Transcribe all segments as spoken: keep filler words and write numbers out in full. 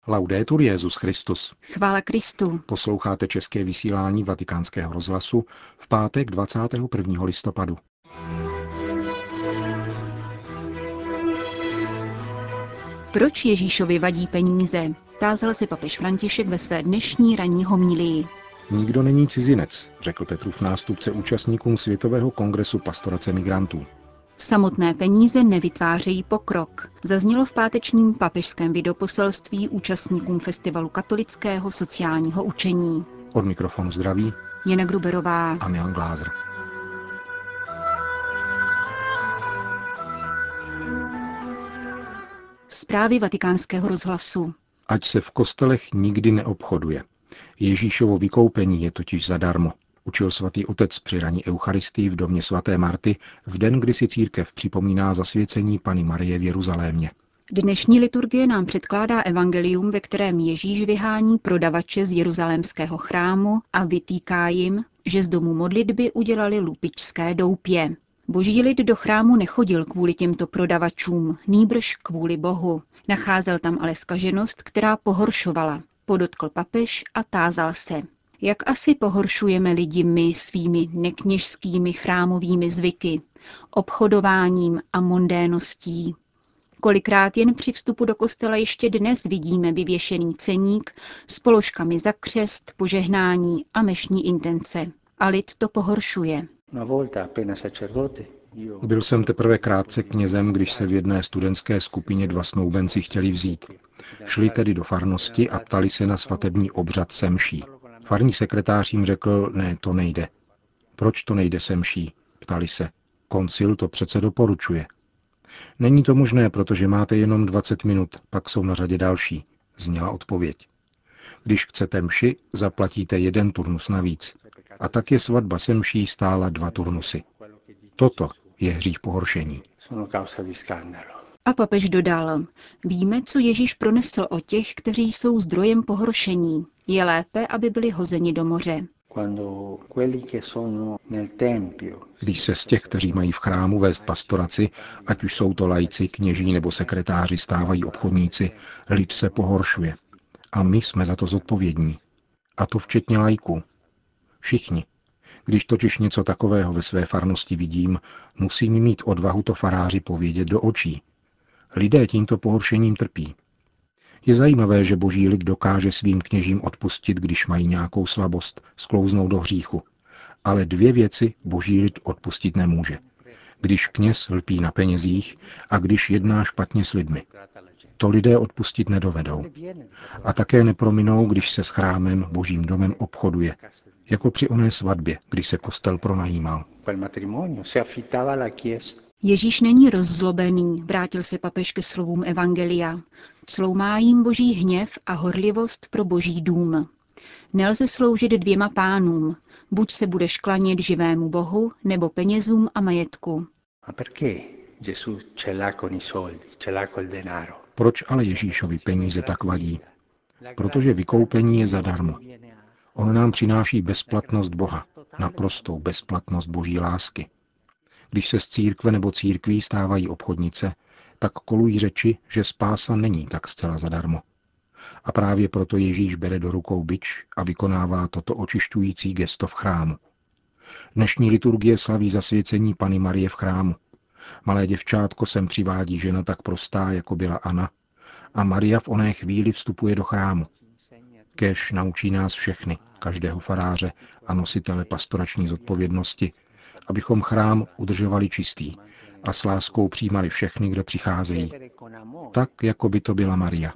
Laudetur Jesus Christus. Chvála Kristu. Posloucháte české vysílání Vatikánského rozhlasu v pátek dvacátého prvního listopadu. Proč Ježíšovi vadí peníze? Tázal se papež František ve své dnešní ranní homílii. Nikdo není cizinec, řekl Petrův nástupce účastníkům Světového kongresu pastorace migrantů. Samotné peníze nevytvářejí pokrok. Zaznělo v pátečním papežském videoposelství účastníkům festivalu katolického sociálního učení. Od mikrofonu zdraví Jana Gruberová a Milan Glázer. Zprávy Vatikánského rozhlasu. Ať se v kostelech nikdy neobchoduje. Ježíšovo vykoupení je totiž zadarmo, učil svatý otec při ranní eucharistii v domě svaté Marty v den, kdy si církev připomíná zasvěcení Panny Marie v Jeruzalémě. Dnešní liturgie nám předkládá evangelium, ve kterém Ježíš vyhání prodavače z jeruzalémského chrámu a vytýká jim, že z domu modlitby udělali lupičské doupě. Boží lid do chrámu nechodil kvůli těmto prodavačům, nýbrž kvůli Bohu. Nacházel tam ale zkaženost, která pohoršovala. Podotkl papež a tázal se. Jak asi pohoršujeme lidi my svými nekněžskými chrámovými zvyky, obchodováním a mondéností? Kolikrát jen při vstupu do kostela ještě dnes vidíme vyvěšený ceník s položkami za křest, požehnání a mešní intence. A lid to pohoršuje. Byl jsem teprve krátce knězem, když se v jedné studentské skupině dva snoubenci chtěli vzít. Šli tedy do farnosti a ptali se na svatební obřad se mší. Farní sekretář jim řekl, ne, to nejde. Proč to nejde se mší? Ptali se. Koncil to přece doporučuje. Není to možné, protože máte jenom dvacet minut, pak jsou na řadě další, zněla odpověď. Když chcete mši, zaplatíte jeden turnus navíc. A tak je svatba se mší stála dva turnusy. Toto je hřích pohoršení. A papež dodal, víme, co Ježíš pronesl o těch, kteří jsou zdrojem pohoršení. Je lépe, aby byli hozeni do moře. Když se z těch, kteří mají v chrámu vést pastoraci, ať už jsou to laici, kněží nebo sekretáři, stávají obchodníci, lid se pohoršuje. A my jsme za to zodpovědní. A to včetně laiků. Všichni. Když totiž něco takového ve své farnosti vidím, musím mít odvahu to faráři povědět do očí. Lidé tímto pohoršením trpí. Je zajímavé, že boží lid dokáže svým kněžím odpustit, když mají nějakou slabost, sklouznou do hříchu. Ale dvě věci boží lid odpustit nemůže. Když kněz lpí na penězích a když jedná špatně s lidmi. To lidé odpustit nedovedou. A také neprominou, když se s chrámem, božím domem obchoduje. Jako při oné svatbě, kdy se kostel pronajímal. Ježíš není rozzlobený, vrátil se papež ke slovům evangelia. Cloumá jim boží hněv a horlivost pro boží dům. Nelze sloužit dvěma pánům, buď se budeš klanět živému Bohu, nebo penězům a majetku. Proč ale Ježíšovi peníze tak vadí? Protože vykoupení je zadarmo. On nám přináší bezplatnost Boha, naprostou bezplatnost boží lásky. Když se z církve nebo církví stávají obchodnice, tak kolují řeči, že spása není tak zcela zadarmo. A právě proto Ježíš bere do rukou bič a vykonává toto očišťující gesto v chrámu. Dnešní liturgie slaví zasvěcení Panny Marie v chrámu. Malé děvčátko sem přivádí žena tak prostá, jako byla Anna, a Maria v oné chvíli vstupuje do chrámu. Kéž naučí nás všechny, každého faráře a nositele pastorační zodpovědnosti, abychom chrám udržovali čistý a s láskou přijímali všechny, kdo přicházejí. Tak, jako by to byla Maria.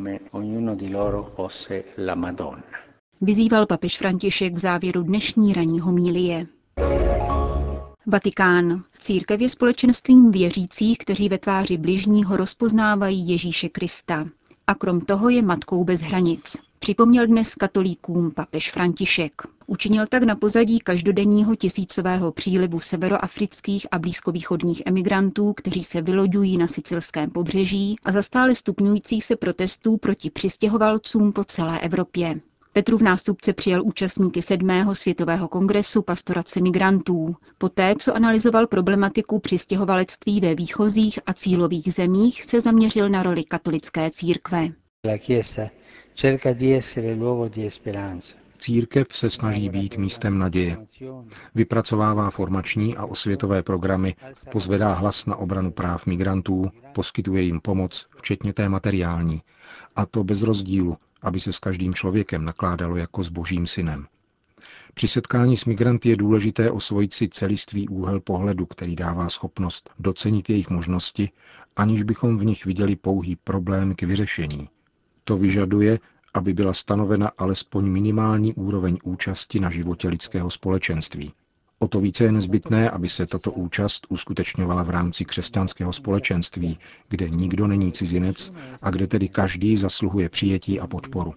Vyzýval papež František v závěru dnešní ranní homílie. Vatikán. Církev je společenstvím věřících, kteří ve tváři bližního rozpoznávají Ježíše Krista. A krom toho je matkou bez hranic. Připomněl dnes katolíkům papež František. Učinil tak na pozadí každodenního tisícového přílivu severoafrických a blízkovýchodních emigrantů, kteří se vyloďují na sicilském pobřeží, a za stále stupňujících se protestů proti přistěhovalcům po celé Evropě. Petrův nástupce přijal účastníky sedmého světového kongresu pastorace migrantů. Poté, co analyzoval problematiku přistěhovalectví ve výchozích a cílových zemích, se zaměřil na roli katolické církve. Církev se snaží být místem naděje. Vypracovává formační a osvětové programy, pozvedá hlas na obranu práv migrantů, poskytuje jim pomoc, včetně té materiální. A to bez rozdílu, aby se s každým člověkem nakládalo jako s Božím synem. Při setkání s migranty je důležité osvojit si celistvý úhel pohledu, který dává schopnost docenit jejich možnosti, aniž bychom v nich viděli pouhý problém k vyřešení. To vyžaduje, aby byla stanovena alespoň minimální úroveň účasti na životě lidského společenství. O to více je nezbytné, aby se tato účast uskutečňovala v rámci křesťanského společenství, kde nikdo není cizinec a kde tedy každý zasluhuje přijetí a podporu.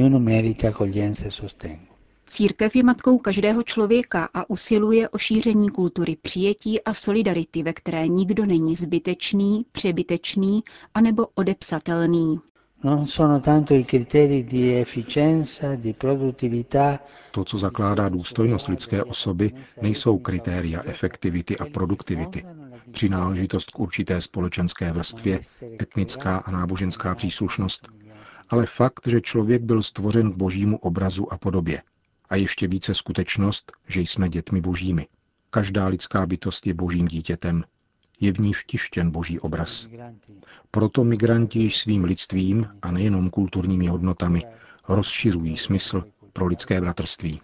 Církev je matkou každého člověka a usiluje o šíření kultury přijetí a solidarity, ve které nikdo není zbytečný, přebytečný anebo odepsatelný. To, co zakládá důstojnost lidské osoby, nejsou kritéria efektivity a produktivity, přináležitost k určité společenské vrstvě, etnická a náboženská příslušnost, ale fakt, že člověk byl stvořen k Božímu obrazu a podobě. A ještě více skutečnost, že jsme dětmi Božími. Každá lidská bytost je Božím dítětem. Je v ní vtištěn Boží obraz. Proto migranti již svým lidstvím a nejenom kulturními hodnotami rozšiřují smysl pro lidské bratrství.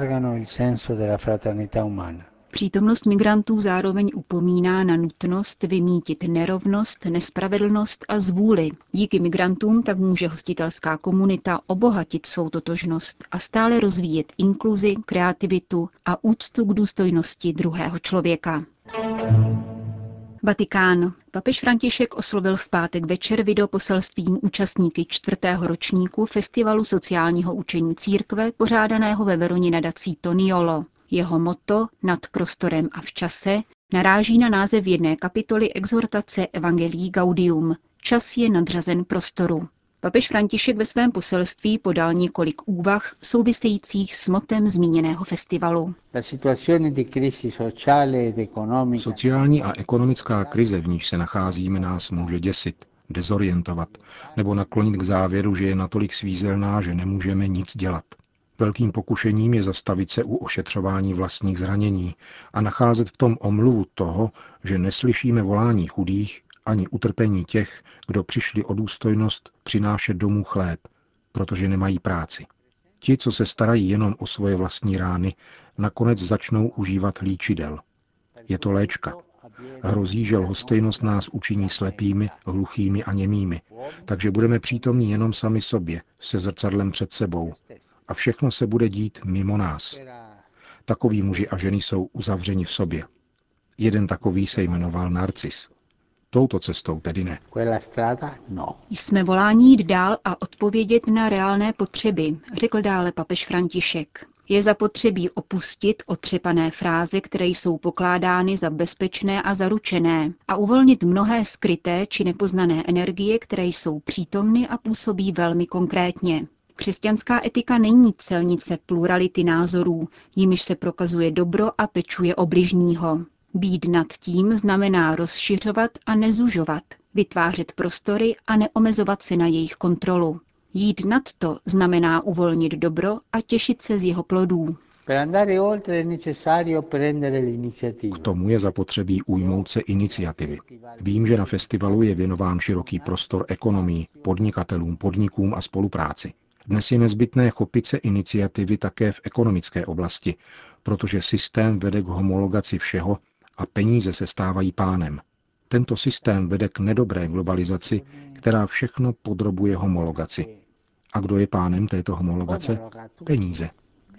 Přítomnost migrantů zároveň upomíná na nutnost vymítit nerovnost, nespravedlnost a zvůli. Díky migrantům tak může hostitelská komunita obohatit svou totožnost a stále rozvíjet inkluzi, kreativitu a úctu k důstojnosti druhého člověka. Vatikán. Papež František oslovil v pátek večer videoposelstvím účastníky čtvrtého ročníku Festivalu sociálního učení církve pořádaného ve Veroně nadací Toniolo. Jeho motto Nad prostorem a v čase naráží na název jedné kapitoly exhortace Evangelii Gaudium. Čas je nadřazen prostoru. Papež František ve svém poselství podal několik úvah souvisejících s motem zmíněného festivalu. Sociální a ekonomická krize, v níž se nacházíme, nás může děsit, dezorientovat nebo naklonit k závěru, že je natolik svízelná, že nemůžeme nic dělat. Velkým pokušením je zastavit se u ošetřování vlastních zranění a nacházet v tom omluvu toho, že neslyšíme volání chudých ani utrpení těch, kdo přišli o důstojnost přinášet domů chléb, protože nemají práci. Ti, co se starají jenom o svoje vlastní rány, nakonec začnou užívat líčidel. Je to léčka. Hrozí, že lhostejnost nás učiní slepými, hluchými a němými, takže budeme přítomní jenom sami sobě, se zrcadlem před sebou. A všechno se bude dít mimo nás. Takoví muži a ženy jsou uzavřeni v sobě. Jeden takový se jmenoval Narcis. Touto cestou tedy ne. Jsme voláni jít dál a odpovědět na reálné potřeby, řekl dále papež František. Je zapotřebí opustit otřepané fráze, které jsou pokládány za bezpečné a zaručené, a uvolnit mnohé skryté či nepoznané energie, které jsou přítomny a působí velmi konkrétně. Křesťanská etika není celnice plurality názorů, jimiž se prokazuje dobro a pečuje o bližního. Být nad tím znamená rozšiřovat a nezužovat, vytvářet prostory a neomezovat se na jejich kontrolu. Jít nad to znamená uvolnit dobro a těšit se z jeho plodů. K tomu je zapotřebí ujmout se iniciativy. Vím, že na festivalu je věnován široký prostor ekonomii, podnikatelům, podnikům a spolupráci. Dnes je nezbytné chopit se iniciativy také v ekonomické oblasti, protože systém vede k homologaci všeho a peníze se stávají pánem. Tento systém vede k nedobré globalizaci, která všechno podrobuje homologaci. A kdo je pánem této homologace? Peníze.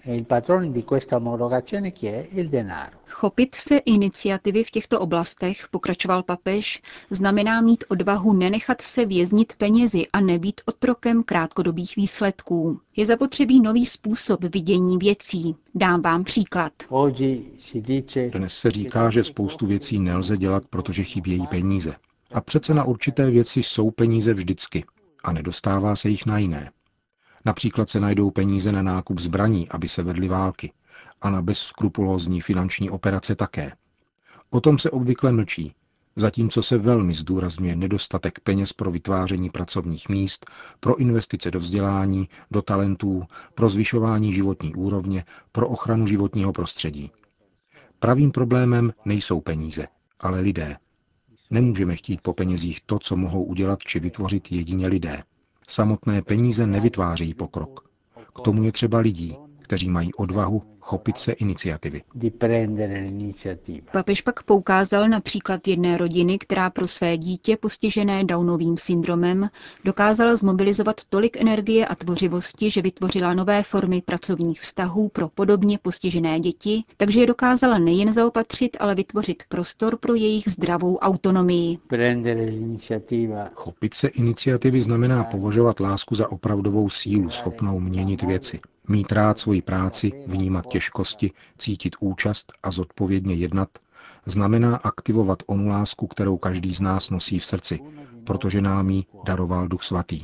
Chopit se iniciativy v těchto oblastech, pokračoval papež, znamená mít odvahu nenechat se věznit penězi a nebýt otrokem krátkodobých výsledků. Je zapotřebí nový způsob vidění věcí. Dám vám příklad. Dnes se říká, že spoustu věcí nelze dělat, protože chybějí peníze. A přece na určité věci jsou peníze vždycky a nedostává se jich na jiné. Například se najdou peníze na nákup zbraní, aby se vedly války, a na bezskrupulózní finanční operace také. O tom se obvykle mlčí. Zatímco se velmi zdůrazňuje nedostatek peněz pro vytváření pracovních míst, pro investice do vzdělání, do talentů, pro zvyšování životní úrovně, pro ochranu životního prostředí. Pravým problémem nejsou peníze, ale lidé. Nemůžeme chtít po penězích to, co mohou udělat či vytvořit jedině lidé. Samotné peníze nevytvářejí pokrok. K tomu je třeba lidí, kteří mají odvahu chopit se iniciativy. Papež pak poukázal na příklad jedné rodiny, která pro své dítě postižené Downovým syndromem dokázala zmobilizovat tolik energie a tvořivosti, že vytvořila nové formy pracovních vztahů pro podobně postižené děti, takže je dokázala nejen zaopatřit, ale vytvořit prostor pro jejich zdravou autonomii. Chopit se iniciativy znamená považovat lásku za opravdovou sílu, schopnou měnit věci. Mít rád svoji práci, vnímat těžkosti, cítit účast a zodpovědně jednat, znamená aktivovat onu lásku, kterou každý z nás nosí v srdci, protože nám ji daroval Duch Svatý.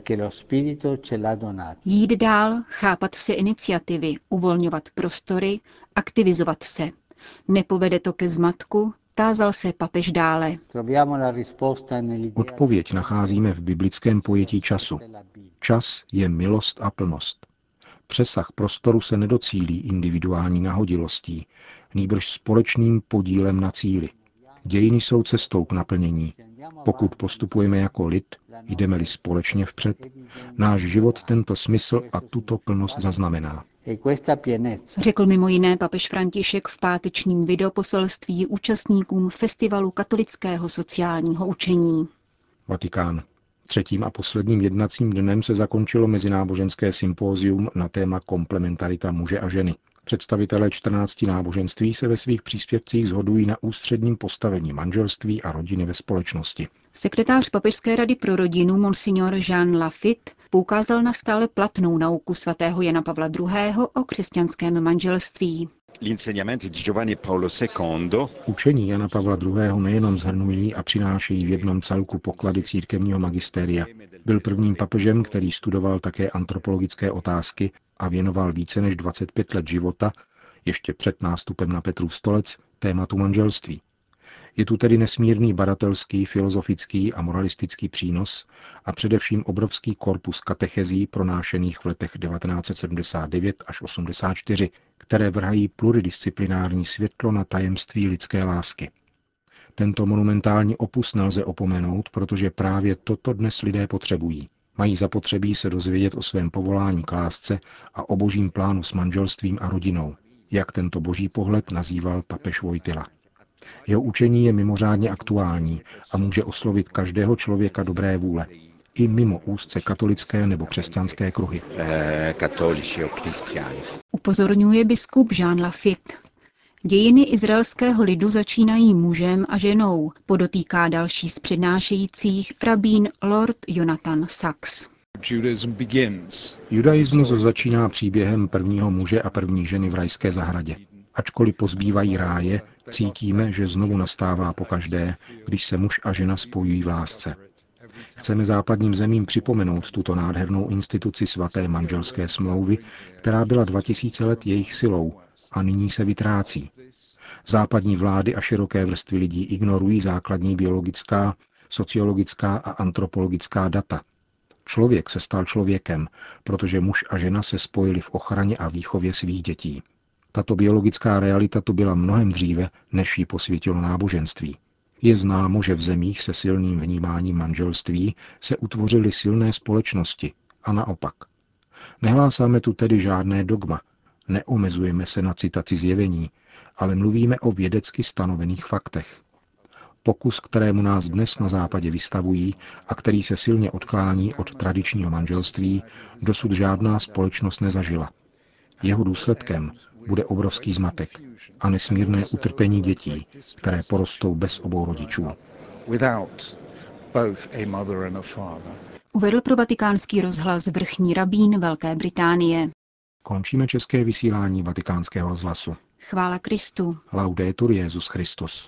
Jít dál, chápat se iniciativy, uvolňovat prostory, aktivizovat se. Nepovede to ke zmatku, tázal se papež dále. Odpověď nacházíme v biblickém pojetí času. Čas je milost a plnost. Přesah prostoru se nedocílí individuální nahodilostí, nýbrž společným podílem na cíli. Dějiny jsou cestou k naplnění. Pokud postupujeme jako lid, jdeme-li společně vpřed, náš život tento smysl a tuto plnost zaznamená. Řekl mimo jiné papež František v pátečním videoposelství účastníkům Festivalu katolického sociálního učení. Vatikán. Třetím a posledním jednacím dnem se zakončilo mezináboženské sympózium na téma komplementarita muže a ženy. Představitelé čtrnácti náboženství se ve svých příspěvcích shodují na ústředním postavení manželství a rodiny ve společnosti. Sekretář Papežské rady pro rodinu Monsignor Jean Lafitte poukázal na stále platnou nauku svatého Jana Pavla druhého. O křesťanském manželství. Učení Jana Pavla druhého. nejenom shrnují a přinášejí v jednom celku poklady církevního magisteria. Byl prvním papežem, který studoval také antropologické otázky a věnoval více než dvacet pět let života, ještě před nástupem na Petrův stolec, tématu manželství. Je tu tedy nesmírný badatelský, filozofický a moralistický přínos a především obrovský korpus katechezí pronášených v letech devatenáct set sedmdesát devět až osmdesát čtyři, které vrhají pluridisciplinární světlo na tajemství lidské lásky. Tento monumentální opus nelze opomenout, protože právě toto dnes lidé potřebují. Mají zapotřebí se dozvědět o svém povolání k lásce a o božím plánu s manželstvím a rodinou, jak tento boží pohled nazýval papež Wojtyla. Jeho učení je mimořádně aktuální a může oslovit každého člověka dobré vůle, i mimo úzce katolické nebo křesťanské kruhy. Upozorňuje biskup Jean Lafitte. Dějiny izraelského lidu začínají mužem a ženou, podotýká další z přednášejících rabín Lord Jonathan Sachs. Judaismus začíná příběhem prvního muže a první ženy v rajské zahradě. Ačkoliv pozbývají ráje, cítíme, že znovu nastává pokaždé, když se muž a žena spojují v lásce. Chceme západním zemím připomenout tuto nádhernou instituci svaté manželské smlouvy, která byla dva tisíce let jejich silou a nyní se vytrácí. Západní vlády a široké vrstvy lidí ignorují základní biologická, sociologická a antropologická data. Člověk se stal člověkem, protože muž a žena se spojili v ochraně a výchově svých dětí. Tato biologická realita tu byla mnohem dříve, než ji posvětilo náboženství. Je známo, že v zemích se silným vnímáním manželství se utvořily silné společnosti a naopak. Nehlásáme tu tedy žádné dogma, neomezujeme se na citaci zjevení, ale mluvíme o vědecky stanovených faktech. Pokus, kterému nás dnes na západě vystavují a který se silně odklání od tradičního manželství, dosud žádná společnost nezažila. Jeho důsledkem bude obrovský zmatek a nesmírné utrpení dětí, které porostou bez obou rodičů. Uvedl pro Vatikánský rozhlas vrchní rabín Velké Británie. Končíme české vysílání Vatikánského rozhlasu. Chvála Kristu. Laudetur Jesus Christus.